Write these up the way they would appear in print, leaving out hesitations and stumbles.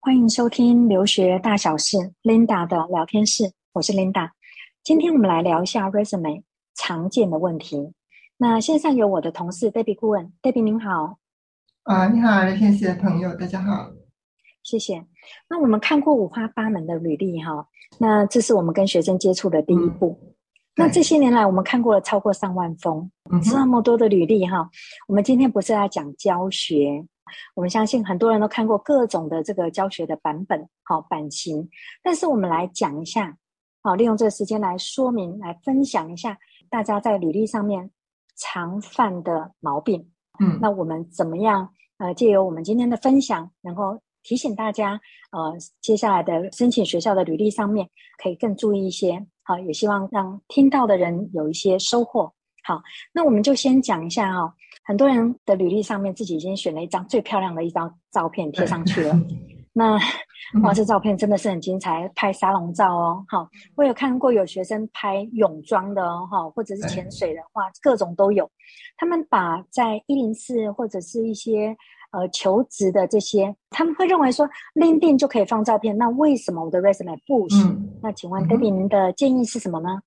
欢迎收听留学大小事 Linda 的聊天室，我是 Linda。今天我们来聊一下 resume 常见的问题。那线上有我的同事 Debbie 顾问 ，Debbie 您好。 你好，聊天室的朋友，大家好。 谢谢。那我们看过五花八门的履历哈，那这是我们跟学生接触的第一步。那这对， 些年来，我们看过了超过上万封，这嗯哼， 么多的履历哈。我们今天不是来讲教学，我们相信很多人都看过各种的这个教学的版本，好版型。但是我们来讲一下，好，利用这个时间来说明、来分享一下大家在履历上面常犯的毛病。那我们怎么样？借由我们今天的分享，能够提醒大家，接下来的申请学校的履历上面可以更注意一些。好，也希望让听到的人有一些收获。好，那我们就先讲一下哈，很多人的履历上面自己已经选了一张最漂亮的一张照片贴上去了。那哇，这照片真的是很精彩，拍沙龙照哦。好，我有看过有学生拍泳装的哦，或者是潜水的，哇，各种都有。他们把在104或者是一些求职的这些，他们会认为说 LinkedIn 就可以放照片，那为什么我的 resume 不行？那请问 Debbie 您的建议是什么呢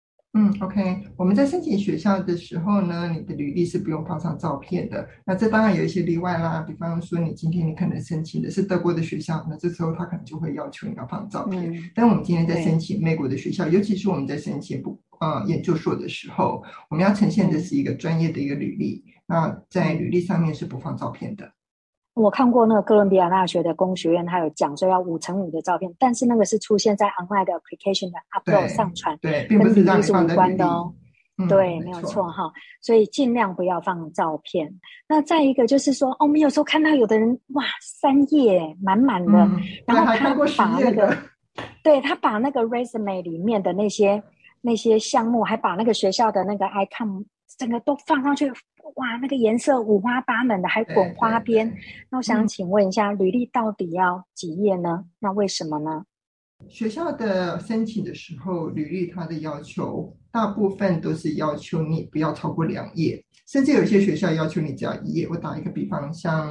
OK，我们在申请学校的时候呢，你的履历是不用放上照片的。那这当然有一些例外啦，比方说今天你可能申请的是德国的学校，那这时候他可能就会要求你要放照片。但我们今天在申请美国的学校，尤其是我们在申请研究所的时候，我们要呈现的是一个专业的一个履历，那在履历上面是不放照片的。 我看过那个哥伦比亚大学的工学院，他有讲说要5×5的照片，但是那个是出现在 online 的 application 的 upload 上传， 对，并不跟履历是无是让你放在履历。 关的哦。对，没有错哈，所以尽量不要放照片。那再一个就是说，我们有时候看到有的人哇3页满满的，然后他把那个，对，他把那个 resume 里面的那些项目，还把那个学校的那个 icon 整个都放上去，哇，那个颜色五花八门的，还滚花边。那我想请问一下，履历到底要几页呢？那为什么呢？ 学校的申请的时候，履历它的要求大部分都是要求你不要超过2页，甚至有些学校要求你只要1页。我打一个比方，像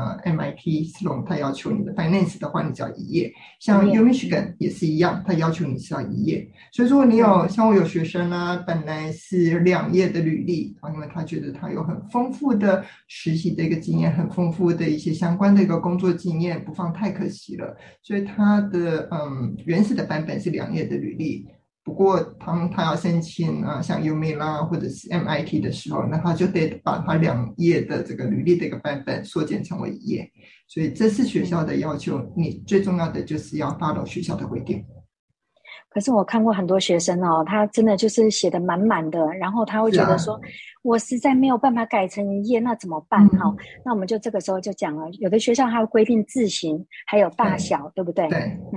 MIT Sloan，它要求你的 Finance 的话，你只要1页；像 U Michigan 也是一样，它要求你是要1页。所以如果你像我有学生啊，本来是2页的履历，因为他觉得他有很丰富的实习的一个经验，很丰富的一些相关的一个工作经验，不放太可惜了。所以他的原始的版本是2页的履历。不过当他要申请像 UMass 啦或者是 MIT 的时候，那他就得把他2页的这个履历的一个版本缩减成为1页。所以这是学校的要求，你最重要的就是要 follow 学校的规定。 可是我看过很多学生哦，他真的就是写的满满的，然后他会觉得说，我实在没有办法改成1页，那怎么办？那我们就这个时候就讲了，有的学校它会规定字型还有大小，对不对？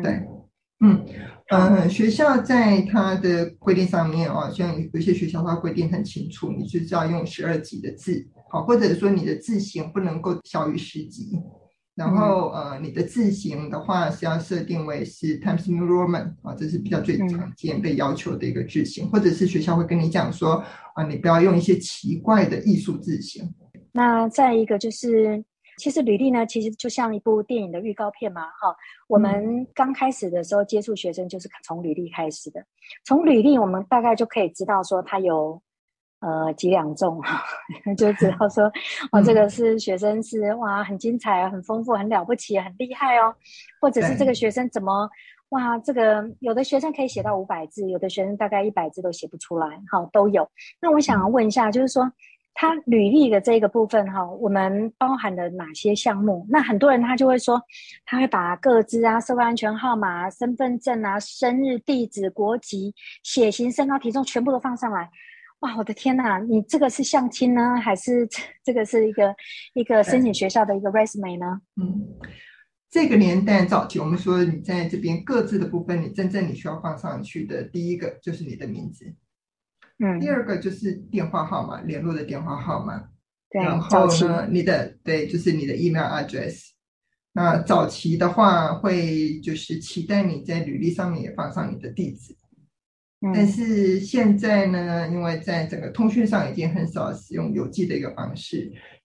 学校在它的规定上面像有些学校它规定很清楚，你就是要用12级的字，或者说你的字型不能够小于10级。然后你的字型的话是要设定为是 Times New Roman 这是比较最常见被要求的一个字型，或者是学校会跟你讲说你不要用一些奇怪的艺术字型。 那再一个就是，其实履历呢，其实就像一部电影的预告片嘛，我们刚开始的时候接触学生就是从履历开始的，从履历我们大概就可以知道说他有几两重就知道说这个是学生是哇很精彩很丰富很了不起很厉害哦，或者是这个学生怎么哇这个有的学生可以写到500字，有的学生大概100字都写不出来，都有。那我想要问一下，就是说他履历的这个部分我们包含了哪些项目？那很多人他就会说他会把个资啊、社会安全号码、身份证啊、生日、地址、国籍、血型、身高、体重全部都放上来。哇，我的天哪！你这个是相亲呢，还是这个是一个申请学校的一个 resume 呢？ 这个年代早期，我们说你在这边各自的部分，你真正你需要放上去的，第一个就是你的名字，第二个就是电话号码，联络的电话号码，然后呢，就是你的 email address。那早期的话，会就是期待你在履历上面也放上你的地址。但是现在呢，因为在整个通讯上已经很少使用邮寄的一个方式，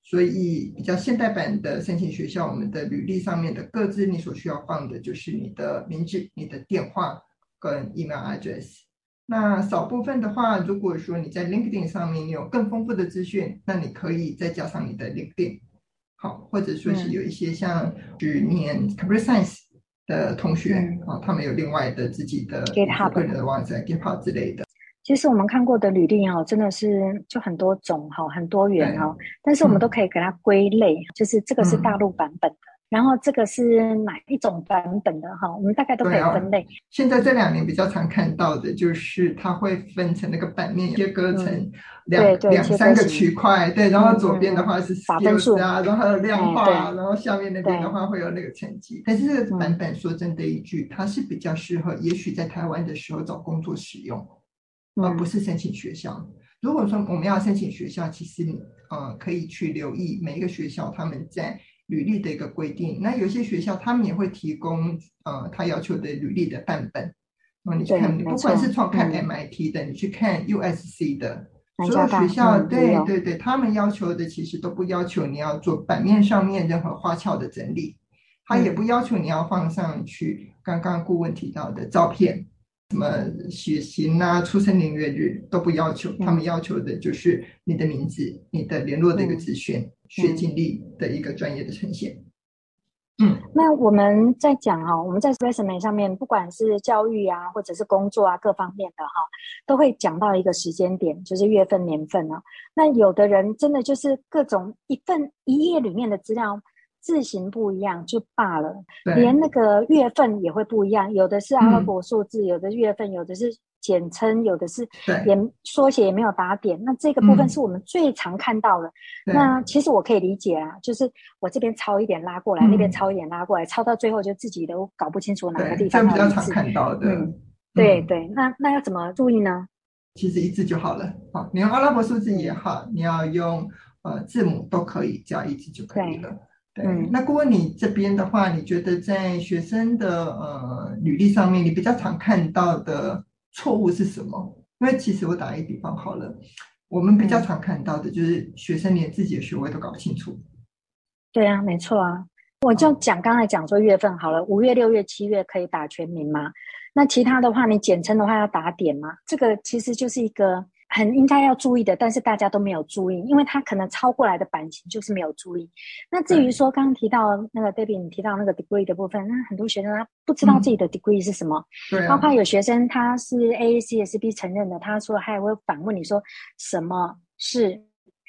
所以比较现代版的申请学校，我们的履历上面的各自你所需要放的就是你的名字、你的电话跟 email address。那少部分的话，如果说你在 LinkedIn 上面你有更丰富的资讯，那你可以再加上你的 LinkedIn。好，或者说是有一些像是念 Computer Science 的同学他们有另外的自己的比如说个人的网站 GitHub 之类的。 其实我们看过的履历真的是就很多种很多元但是我们都可以给它归类，就是这个是大陆版本的，然后这个是哪一种版本的我们大概都可以分类。 现在这2年比较常看到的就是它会分成那个版面切割成两三个区块，对，然后左边的话是 skills 然后量化然后下面那边的话会有那个成绩。但是这个版本说真的一句，它是比较适合也许在台湾的时候找工作使用，而不是申请学校。如果说我们要申请学校，其实你可以去留意每一个学校他们在履历的一个规定。那有些学校他们也会提供他要求的履历的范本。你去看，不管是从看 MIT 的，你去看 USC 的，所有学校对对对，他们要求的其实都不要求你要做版面上面任何花俏的整理，他也不要求你要放上去刚刚顾问提到的照片，什么血型啊、出生年月日都不要求，他们要求的就是你的名字、你的联络的一个资讯、学经历的一个专业的呈现。 那我们在讲我们在 resume 上面，不管是教育啊，或者是工作啊，各方面的都会讲到一个时间点，就是月份、年份那有的人真的就是各种一页里面的资料字形不一样就罢了，连那个月份也会不一样，有的是阿拉伯数字，有的月份，有的是简称，有的是也缩写也没有打点。那这个部分是我们最常看到的。那其实我可以理解就是我这边抄一点拉过来，那边抄一点拉过来，抄到最后就自己都搞不清楚哪个地方这比较常看到的。 对对，那要怎么注意呢？ 其实一致就好了。你用阿拉伯数字也好，你要用字母都可以，加一致就可以了。对，那顾问你这边的话，你觉得在学生的履历上面，你比较常看到的错误是什么？因为其实我打一个比方好了，我们比较常看到的就是学生连自己的学位都搞不清楚。 对啊，没错啊。我就刚才讲说月份好了，5月、6月、7月可以打全名嘛？那其他的话，你简称的话要打点嘛？这个其实就是一个很应该要注意的，但是大家都没有注意，因为他可能抄过来的版型就是没有注意。那至于说刚刚提到那个 Debbie 你提到那个 degree 的部分，那很多学生他不知道自己的 degree 是什么，包括有学生他是 AACSB 承认的，他说他还会反问你说什么是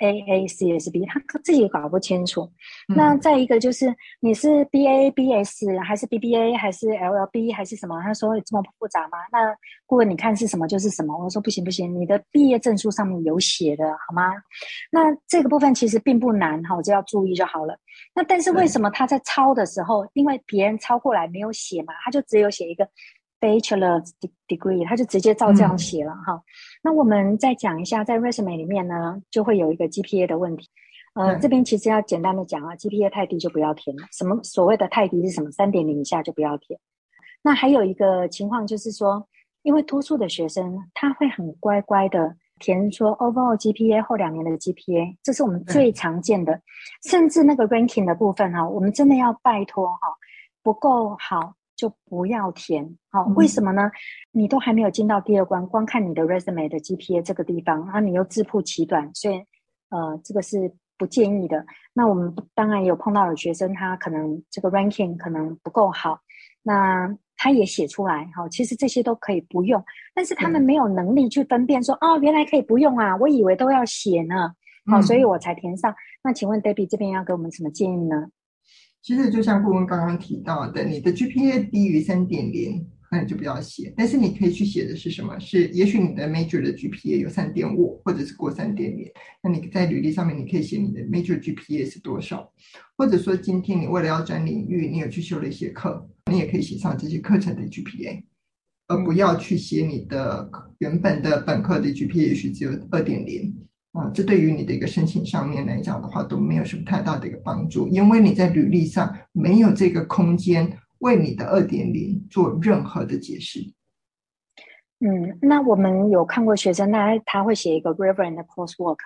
AACSB 他自己搞不清楚。那再一个就是你是 BA、BS 还是 BBA 还是 LLB 还是什么，他说这么复杂吗？那顾问你看是什么就是什么。我说不行不行，你的毕业证书上面有写的好吗？那这个部分其实并不难我就要注意就好了。那但是为什么他在抄的时候，因为别人抄过来没有写嘛，他就只有写一个Bachelor degree， 他就直接照这样写了那我们再讲一下，在 resume 里面呢，就会有一个 GPA 的问题。这边其实要简单的讲GPA 太低就不要填了。什么所谓的太低是什么？ 3.0 以下就不要填。那还有一个情况就是说，因为多数的学生他会很乖乖的填说 overall GPA 后2年的 GPA， 这是我们最常见的。甚至那个 ranking 的部分我们真的要拜托不够好就不要填为什么呢？你都还没有进到第2关，光看你的 resume 的 GPA 这个地方你又自曝其短，所以这个是不建议的。那我们当然也有碰到有学生他可能这个 ranking 可能不够好，那他也写出来其实这些都可以不用，但是他们没有能力去分辨说原来可以不用我以为都要写呢所以我才填上。那请问 Debbie 这边要给我们什么建议呢？ 其实就像顾问刚刚提到的，你的 GPA 低于 3.0， 那你就不要写。但是你可以去写的是什么？是也许你的 major 的 GPA 有 3.5 或者是过 3.0， 那你在履历上面你可以写你的 major GPA 是多少，或者说今天你为了要转领域，你有去修了一些课，你也可以写上这些课程的 GPA， 而不要去写你的原本的本科的 GPA 也许只有 2.0。这对于你的一个申请上面来讲的话都没有什么太大的一个帮助，因为你在履历上没有这个空间为你的 2.0 做任何的解释。 那我们有看过学生他会写一个 reference coursework，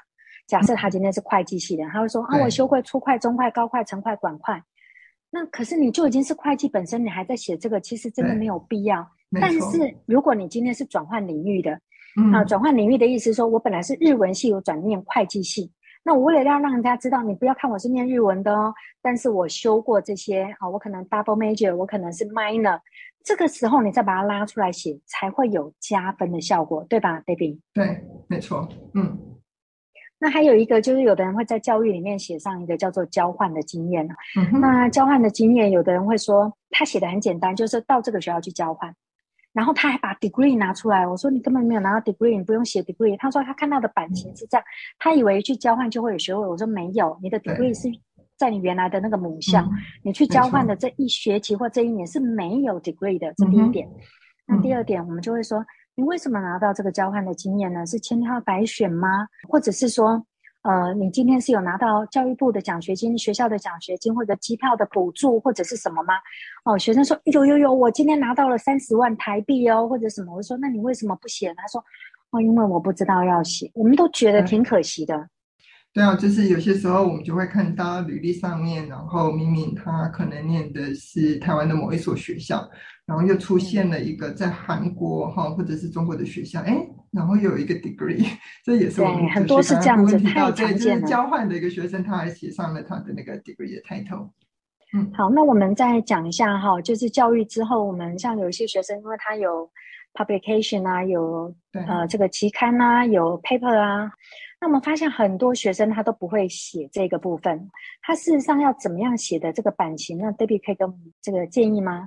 假设他今天是会计系的，他会说啊，我修会初会、中会、高会、成会、管会。那可是你就已经是会计本身，你还在写这个，其实真的没有必要。但是如果你今天是转换领域的，转换领域的意思是说，我本来是日文系，我转念会计系。那我为了要让人家知道，你不要看我是念日文的哦，但是我修过这些我可能 double major， 我可能是 minor， 这个时候你再把它拉出来写，才会有加分的效果，对吧 Debbie？ 对，没错。 那还有一个就是有的人会在教育里面写上一个叫做交换的经验。那交换的经验，有的人会说他写的很简单，就是到这个学校去交换，然后他还把 degree 拿出来，我说你根本没有拿到 degree， 你不用写 degree。他说他看到的版型是这样，他以为去交换就会有学位，我说没有，你的 degree 是在你原来的那个母校，你去交换的这一学期或这一年是没有 degree 的，这第一点。那第二点，我们就会说你为什么拿到这个交换的经验呢？是千挑百选吗？或者是说你今天是有拿到教育部的奖学金、学校的奖学金或者机票的补助或者是什么吗？学生说有，我今天拿到了30万台币哦，或者什么。我说那你为什么不写？他说因为我不知道要写。我们都觉得挺可惜的。 对啊，就是有些时候我们就会看到履历上面，然后明明他可能念的是台湾的某一所学校，然后又出现了一个在韩国或者是中国的学校，然后有一个 degree， 这也是我们很多是这样子，太常见了。 就是交换的一个学生，他还写上了他的那个 degree 的 title。 好，那我们再讲一下就是教育之后，我们像有一些学生，因为他有 publication 啊，有这个期刊啊，有 paper 啊，那我们发现很多学生他都不会写这个部分，他事实上要怎么样写的这个版型，那 Debbie 可以给我们这个建议吗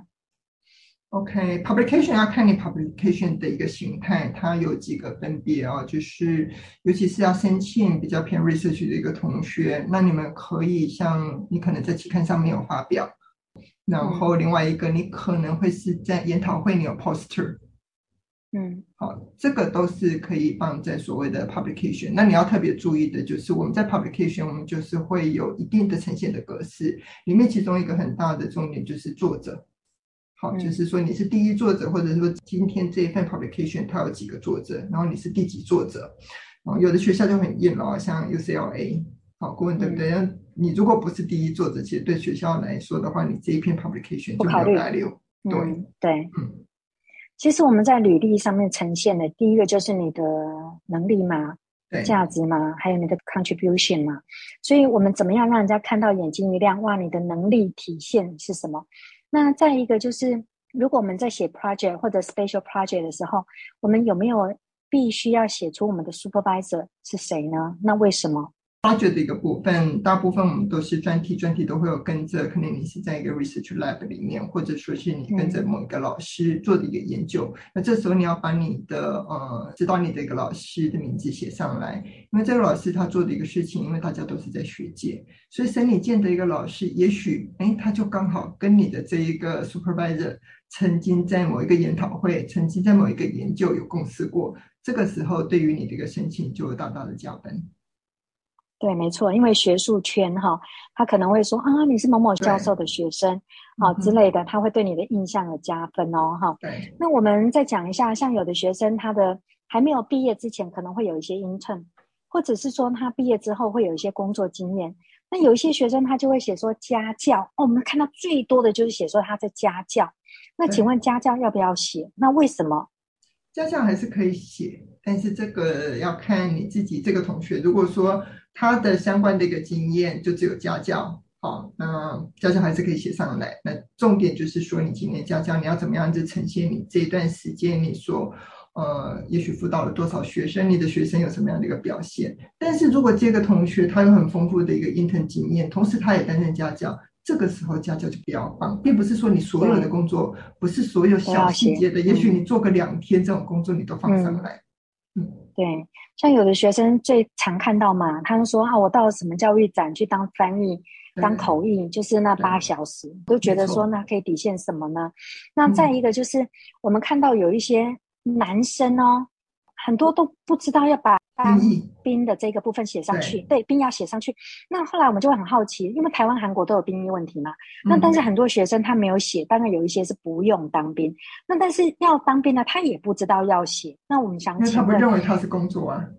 ？OK，publication 要看你 publication 的一个形态，它有几个分别就是尤其是要申请比较偏 research 的一个同学，那你们可以像你可能在期刊上面有发表，然后另外一个你可能会是在研讨会你有 poster。好，这个都是可以放在所谓的 publication。那你要特别注意的就是我们在 publication 我们就是会有一定的呈现的格式，里面其中一个很大的重点就是作者。好，就是说你是第一作者，或者说今天这一份 publication 它有几个作者，然后你是第几作者。有的学校就很硬了，像 UCLA 好，顾问对不对？你如果不是第一作者，其实对学校来说的话，你这一篇 publication 就没有来留。 对。其实我们在履历上面呈现的第一个就是你的能力嘛，价值嘛，还有你的 contribution 嘛。所以我们怎么样让人家看到眼睛一亮，哇，你的能力体现是什么？那再一个就是如果我们在写 project 或者 special project 的时候，我们有没有必须要写出我们的 supervisor 是谁呢？那为什么 ？project 的一个部分，大部分我们都是专题都会有跟着，可能你是在一个 research lab 里面，或者说是你跟着某一个老师做的一个研究。那这时候你要把你的知道你的一个老师的名字写上来，因为这个老师他做的一个事情，因为大家都是在学界，所以审理见的一个老师，也许他就刚好跟你的这一个 supervisor 曾经在某一个研讨会，曾经在某一个研究有共识过，这个时候对于你的一个申请就有大大的加分。 对，没错，因为学术圈他可能会说你是某某教授的学生之类的，他会对你的印象有加分对。 那我们再讲一下，像有的学生他的还没有毕业之前可能会有一些 intern， 或者是说他毕业之后会有一些工作经验。那有一些学生他就会写说家教我们看到最多的就是写说他在家教。那请问家教要不要写？那为什么？ 家教还是可以写，但是这个要看你自己这个同学，如果说他的相关的一个经验就只有家教，好，那家教还是可以写上来。那重点就是说你今天家教你要怎么样子呈现你这一段时间你说也许辅导了多少学生，你的学生有什么样的一个表现。但是如果这个同学他有很丰富的一个 intern 经验，同时他也担任家教，这个时候家教就比较棒，并不是说你所有的工作，不是所有小细节的，也许你做个2天这种工作你都放上来。 对，像有的学生最常看到嘛，他们说我到什么教育展去当翻译、当口译，就是那8小时，都觉得说那可以体现什么呢？那再一个就是我们看到有一些男生很多都不知道要把当兵的这个部分写上去，对，兵要写上去。那后来我们就会很好奇，因为台湾、韩国都有兵役问题嘛，那但是很多学生他没有写，当然有一些是不用当兵，那但是要当兵呢，他也不知道要写。那我们想请问， 因为他不认为他是工作啊。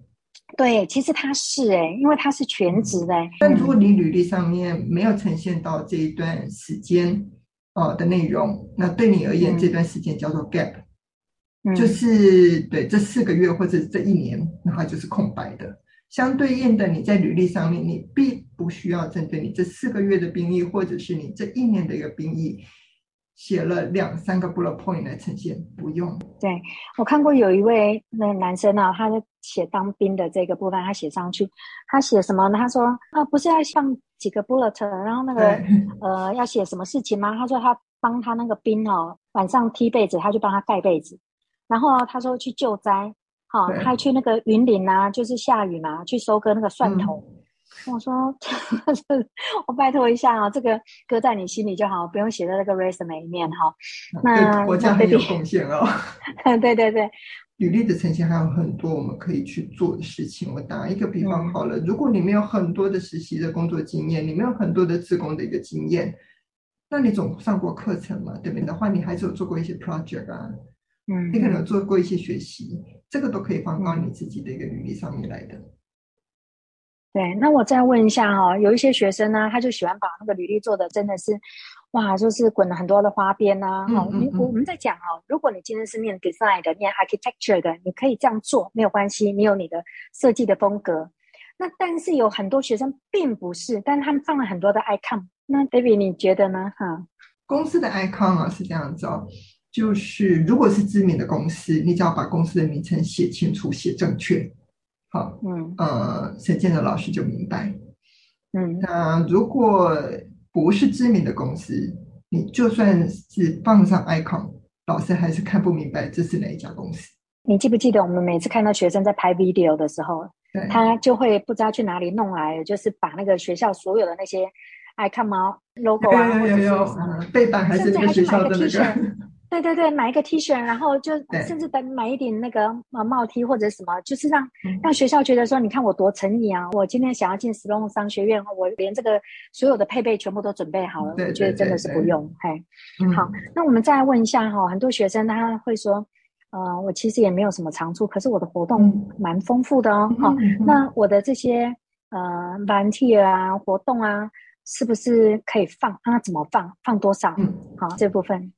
对，其实他是因为他是全职的但如果你履历上面没有呈现到这一段时间的内容，那对你而言，这段时间叫做 gap，就是对这4个月或者这1年，那它就是空白的。相对应的，你在履历上面，你并不需要针对你这4个月的兵役，或者是你这1年的一个兵役，写了2-3个 bullet point 来呈现，不用。 对，我看过有一位那男生啊，他就写当兵的这个部分，他写上去，他写什么呢？他说不是要放几个 bullet， 然后那个要写什么事情吗？他说他帮他那个兵晚上踢被子，他就帮他盖被子，然后他说去救灾，他还去那个云林啊，就是下雨嘛，去收割那个蒜头。我说我拜托一下这个搁在你心里就好，不用写在那个 resume 里面对国家很有贡献对对对， 履历的呈现还有很多我们可以去做的事情。我打一个比方好了，如果你没有很多的实习的工作经验，你没有很多的志工的一个经验，那你总上过课程嘛，对不对？的话，你还是有做过一些 project 啊，你可能有做过一些学习，这个都可以放到你自己的一个履历上面来的。 对，那我再问一下有一些学生呢，他就喜欢把那个履历做的真的是，哇，就是滚了很多的花边啊。我们在讲如果你今天是念 design 的，念 architecture 的，你可以这样做，没有关系，你有你的设计的风格。那但是有很多学生并不是，但是他们放了很多的 icon。那 David 你觉得呢？ 公司的 icon 是这样子就是如果是知名的公司，你只要把公司的名称写清楚、写正确。好，审建的老师就明白。那如果不是知名的公司，你就算是放上 icon， 老师还是看不明白这是哪一家公司。 你记不记得我们每次看到学生在拍 video 的时候，他就会不知道去哪里弄来的，就是把那个学校所有的那些 icon logo 啊，或者是什么背板还是那个学校的那个。 对对对，买一个 T 恤，然后就甚至买一点那个帽 T 或者什么，就是让学校觉得说，你看我多诚意啊！我今天想要进Sloan商学院，我连这个所有的配备全部都准备好了。我觉得真的是不用。好，那我们再问一下很多学生他会说，我其实也没有什么长处，可是我的活动蛮丰富的那我的这些volunteer 啊活动啊，是不是可以放？怎么放？放多少？好，这部分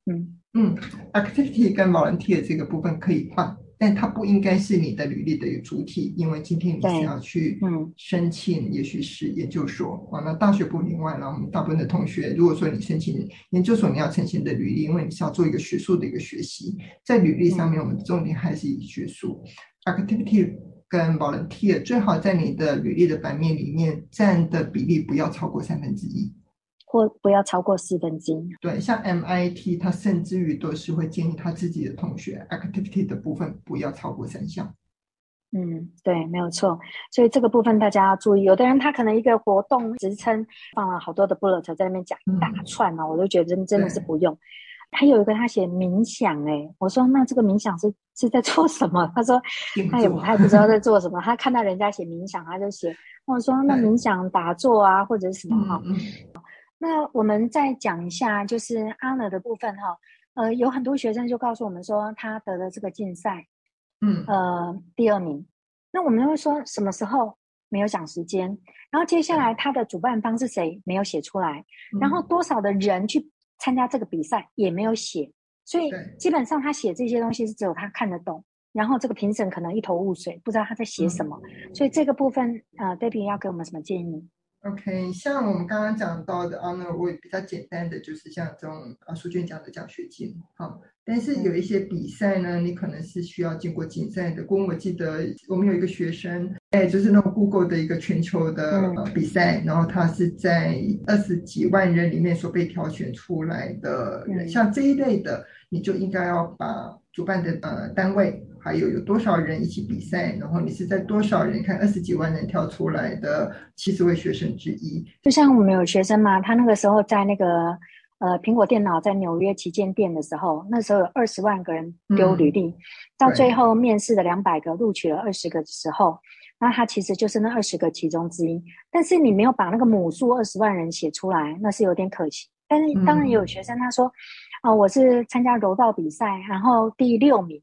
activity 跟 volunteer 这个部分可以放，但它不应该是你的履历的一个主体，因为今天你是要去申请，也许是研究所那大学部另外了。我们大部分的同学，如果说你申请研究所，你要呈现的履历，因为你是要做一个学术的一个学习，在履历上面，我们的重点还是以学术。activity 跟 volunteer 最好在你的履历的版面里面占的比例不要超过1/3。 或不要超过1/4。 对，像 MIT 他甚至于都是会建议他自己的同学 activity 的部分不要超过3项。 对，没有错。所以这个部分大家要注意，有的人他可能一个活动职称放了好多的 bullet 在那边讲一大串我都觉得真的是不用。还有一个他写冥想我说那这个冥想是在做什么？他说他也不知道在做什么，他看到人家写冥想他就写。我说那冥想打坐啊或者是什么那我们再讲一下就是 honor 的部分有很多学生就告诉我们说他得了这个竞赛第2名。那我们会说什么时候？没有讲时间。然后接下来他的主办方是谁？没有写出来。然后多少的人去参加这个比赛也没有写。所以基本上他写这些东西是只有他看得懂，然后这个评审可能一头雾水，不知道他在写什么。所以这个部分Debbie 要给我们什么建议 ？OK， 像我们刚刚讲到的 honor， 我也比较简单的就是像这种书卷奖的奖学金但是有一些比赛呢，你可能是需要经过竞赛的。我记得我们有一个学生就是那种 Google 的一个全球的比赛，然后他是在20几万人里面所被挑选出来的人。像这一类的，你就应该要把主办的单位还有多少人一起比赛，然后你是在多少人看20几万人挑出来的70位学生之一。 就像我们有学生嘛，他那个时候在那个苹果电脑在纽约旗舰店的时候，那时候有20万个人丢履历，到最后面试的200个录取了20个的时候，那他其实就是那20个其中之一。但是你没有把那个母数20万人写出来，那是有点可惜。但是当然也有学生他说我是参加柔道比赛，然后第6名，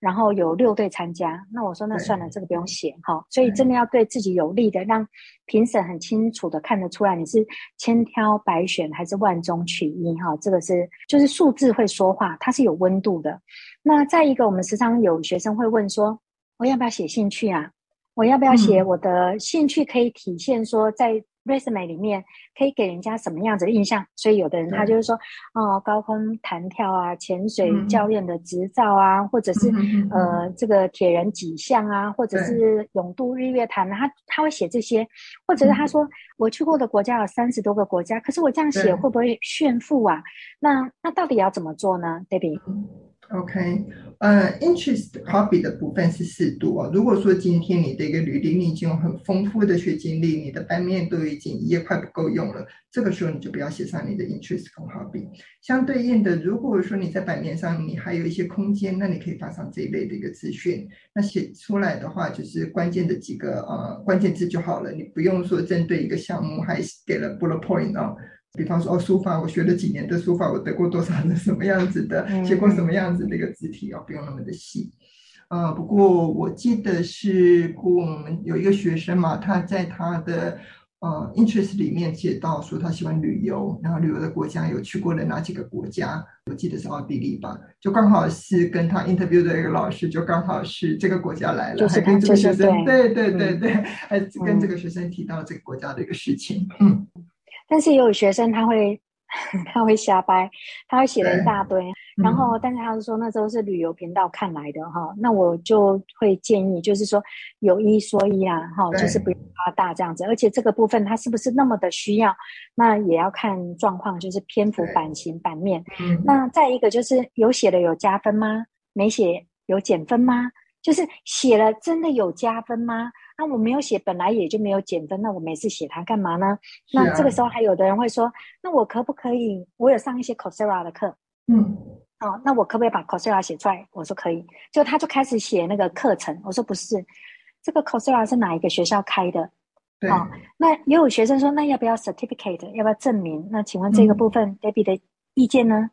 然后有6队参加，那我说那算了，这个不用写哈。所以真的要对自己有利的，让评审很清楚的看得出来你是千挑百选还是万中取一哈。这个是就是数字会说话，它是有温度的。那再一个，我们时常有学生会问说，我要不要写兴趣啊？我要不要写我的兴趣可以体现说在resume 里面可以给人家什么样子的印象？所以有的人他就是说，高空弹跳啊，潜水教练的执照啊，或者是这个铁人几项啊，或者是泳渡日月潭啊，他会写这些，或者是他说我去过的国家有30多个国家，可是我这样写会不会炫富啊？那到底要怎么做呢 ，Debbie？OK， interest hobby 的部分是适度哦。如果说今天你的一个履历你已经有很丰富的学经历，你的版面都已经1页快不够用了，这个时候你就不要写上你的 interest 跟 hobby。相对应的，如果说你在版面上你还有一些空间，那你可以放上这一类的一个资讯。那写出来的话，就是关键的几个关键字就好了，你不用说针对一个项目还给了 bullet point 哦。比方说书法我学了几年的书法，我得过多少的什么样子的，写过什么样子的一个字体不用那么的细。不过我记得是我们有一个学生嘛，他在他的interest 里面写到说他喜欢旅游，然后旅游的国家有去过了哪几个国家，我记得是奥地利吧，就刚好是跟他 interview 的一个老师就刚好是这个国家来了， 就是还跟这个学生对，还跟这个学生提到这个国家的一个事情。 但是也有学生他会瞎掰，他会写了一大堆，然后但是他就说那时候是旅游频道看来的哈，那我就会建议就是说有一说一啦哈，就是不要夸大这样子，而且这个部分他是不是那么的需要，那也要看状况，就是篇幅、版型、版面。那再一个就是有写的有加分吗？没写有减分吗？就是写了真的有加分吗？那我没有写，本来也就没有减分，那我每次写它干嘛呢？那这个时候还有的人会说，那我可不可以？我有上一些 Coursera 的课，那我可不可以把 Coursera 写出来？我说可以，就他就开始写那个课程，我说不是，这个 Coursera 是哪一个学校开的？ 对， 那也有学生说，那要不要 certificate？ 要不要证明？那请问这个部分 Debbie 的意见呢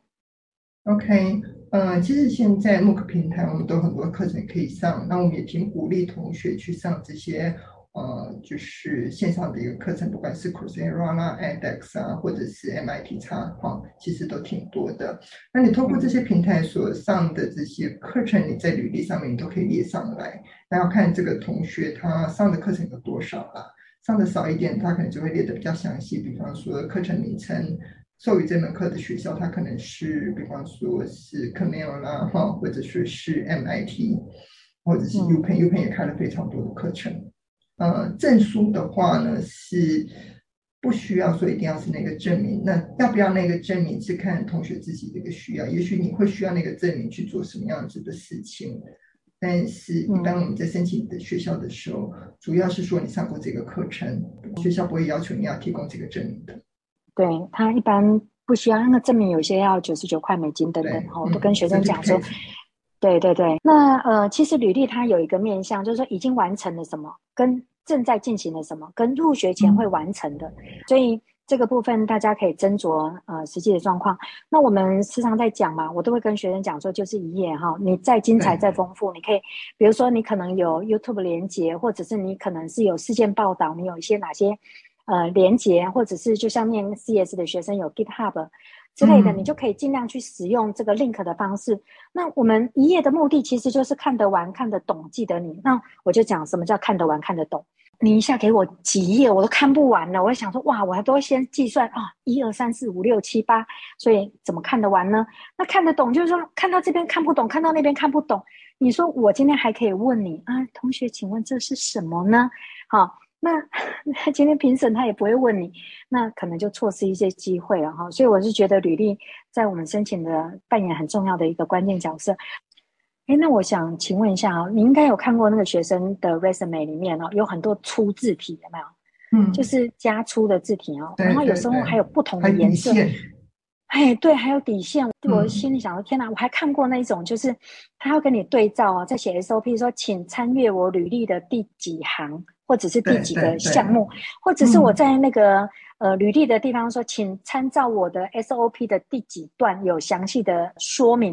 ？OK，其实现在 MOOC 平台我们都很多课程可以上，那我们也挺鼓励同学去上这些就是线上的一个课程，不管是 Coursera 啦、edX 啊，或者是 MIT 叉其实都挺多的。那你透过这些平台所上的这些课程，你在履历上面你都可以列上来。那要看这个同学他上的课程有多少啦，上的少一点，他可能就会列得比较详细，比方说课程名称。授予这门课的学校，它可能是，比方说是 Cornell 啦，或者说是 MIT，或者是 UPenn 也开了非常多的课程。证书的话呢，是不需要说一定要是那个证明，那要不要那个证明是看同学自己的一个需要，也许你会需要那个证明去做什么样子的事情。但是，一般我们在申请你的学校的时候，主要是说你上过这个课程，学校不会要求你要提供这个证明的。 对，他一般不需要那个证明，有些要$99等等，我都跟学生讲说，对。那其实履历它有一个面向，就是说已经完成了什么，跟正在进行了什么，跟入学前会完成的，所以这个部分大家可以斟酌实际的状况。那我们时常在讲嘛，我都会跟学生讲说，就是一页哈，你再精彩再丰富，你可以比如说你可能有 YouTube 连结，或者是你可能是有事件报道，你有一些哪些连结，或者是就像念 CS 的学生有 GitHub 之类的，你就可以尽量去使用这个 link 的方式。那我们一页的目的其实就是看得完、看得懂、记得你。那我就讲什么叫看得完、看得懂。你一下给我几页我都看不完了，我想说哇，我还都先计算1、2、3、4、5、6、7、8，所以怎么看得完呢？那看得懂就是说看到这边看不懂，看到那边看不懂。你说我今天还可以问你同学，请问这是什么呢？好。那今天评审他也不会问你，那可能就错失一些机会了哈。所以我是觉得履历在我们申请的扮演很重要的一个关键角色。那我想请问一下你应该有看过那个学生的 resume 里面有很多粗字体，有没有？就是加粗的字体然后有时候还有不同的颜色。对，还有底线。我心里想说天哪，我还看过那种就是他要跟你对照在写 SOP 说请参阅我履历的第几行或者是第几个项目，或者是我在那个履历的地方说请参照我的 SOP 的第几段有详细的说明。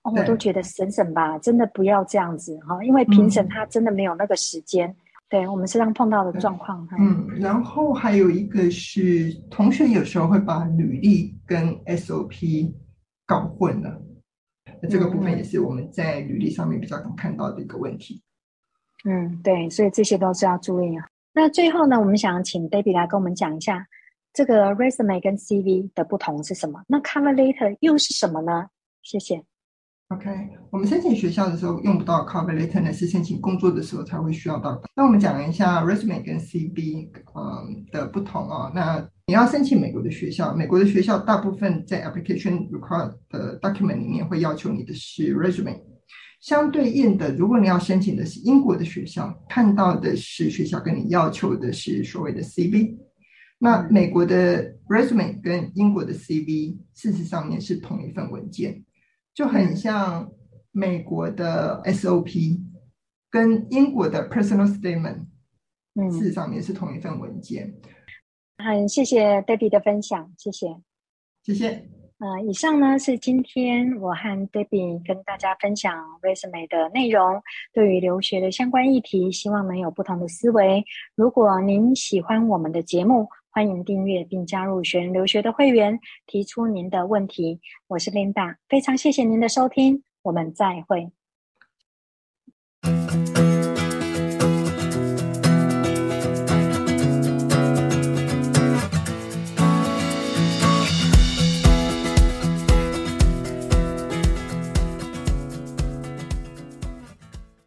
哦，我都对， 觉得省省吧，真的不要这样子哈，因为评审他真的没有那个时间。对，我们身上碰到的对， 状况哈。 然后还有一个是同学有时候会把履历跟 SOP 搞混了，那这个部分也嗯嗯是我们在履历上面比较常看到的一个问题。 嗯，对，所以这些都是要注意啊。那最后呢，我们想请 Debbie 来跟我们讲一下这个 resume 跟 CV 的不同是什么？那 cover letter 又是什么呢？谢谢。 OK，我们申请学校的时候用不到 cover letter 呢，是申请工作的时候才会需要到的。那我们讲一下 resume 跟 CV 的不同哦。那你要申请美国的学校，美国的学校大部分在 application required 的 document 里面会要求你的是 resume。相对应的，如果你要申请的是英国的学校，看到的是学校跟你要求的是所谓的 CV。那嗯美国的 resume 跟英国的 CV 事实上面是同一份文件。就很嗯像美国的 SOP 跟英国的 Personal Statement，事实嗯， 上面是同一份文件。 很谢谢 Debbie 的分享，谢谢。 谢谢。 以上呢是今天我和 Debbie 跟大家分享 resume 的内容，对于留学的相关议题，希望能有不同的思维。如果您喜欢我们的节目，欢迎订阅并加入学人留学的会员，提出您的问题。我是 Linda，非常谢谢您的收听，我们再会。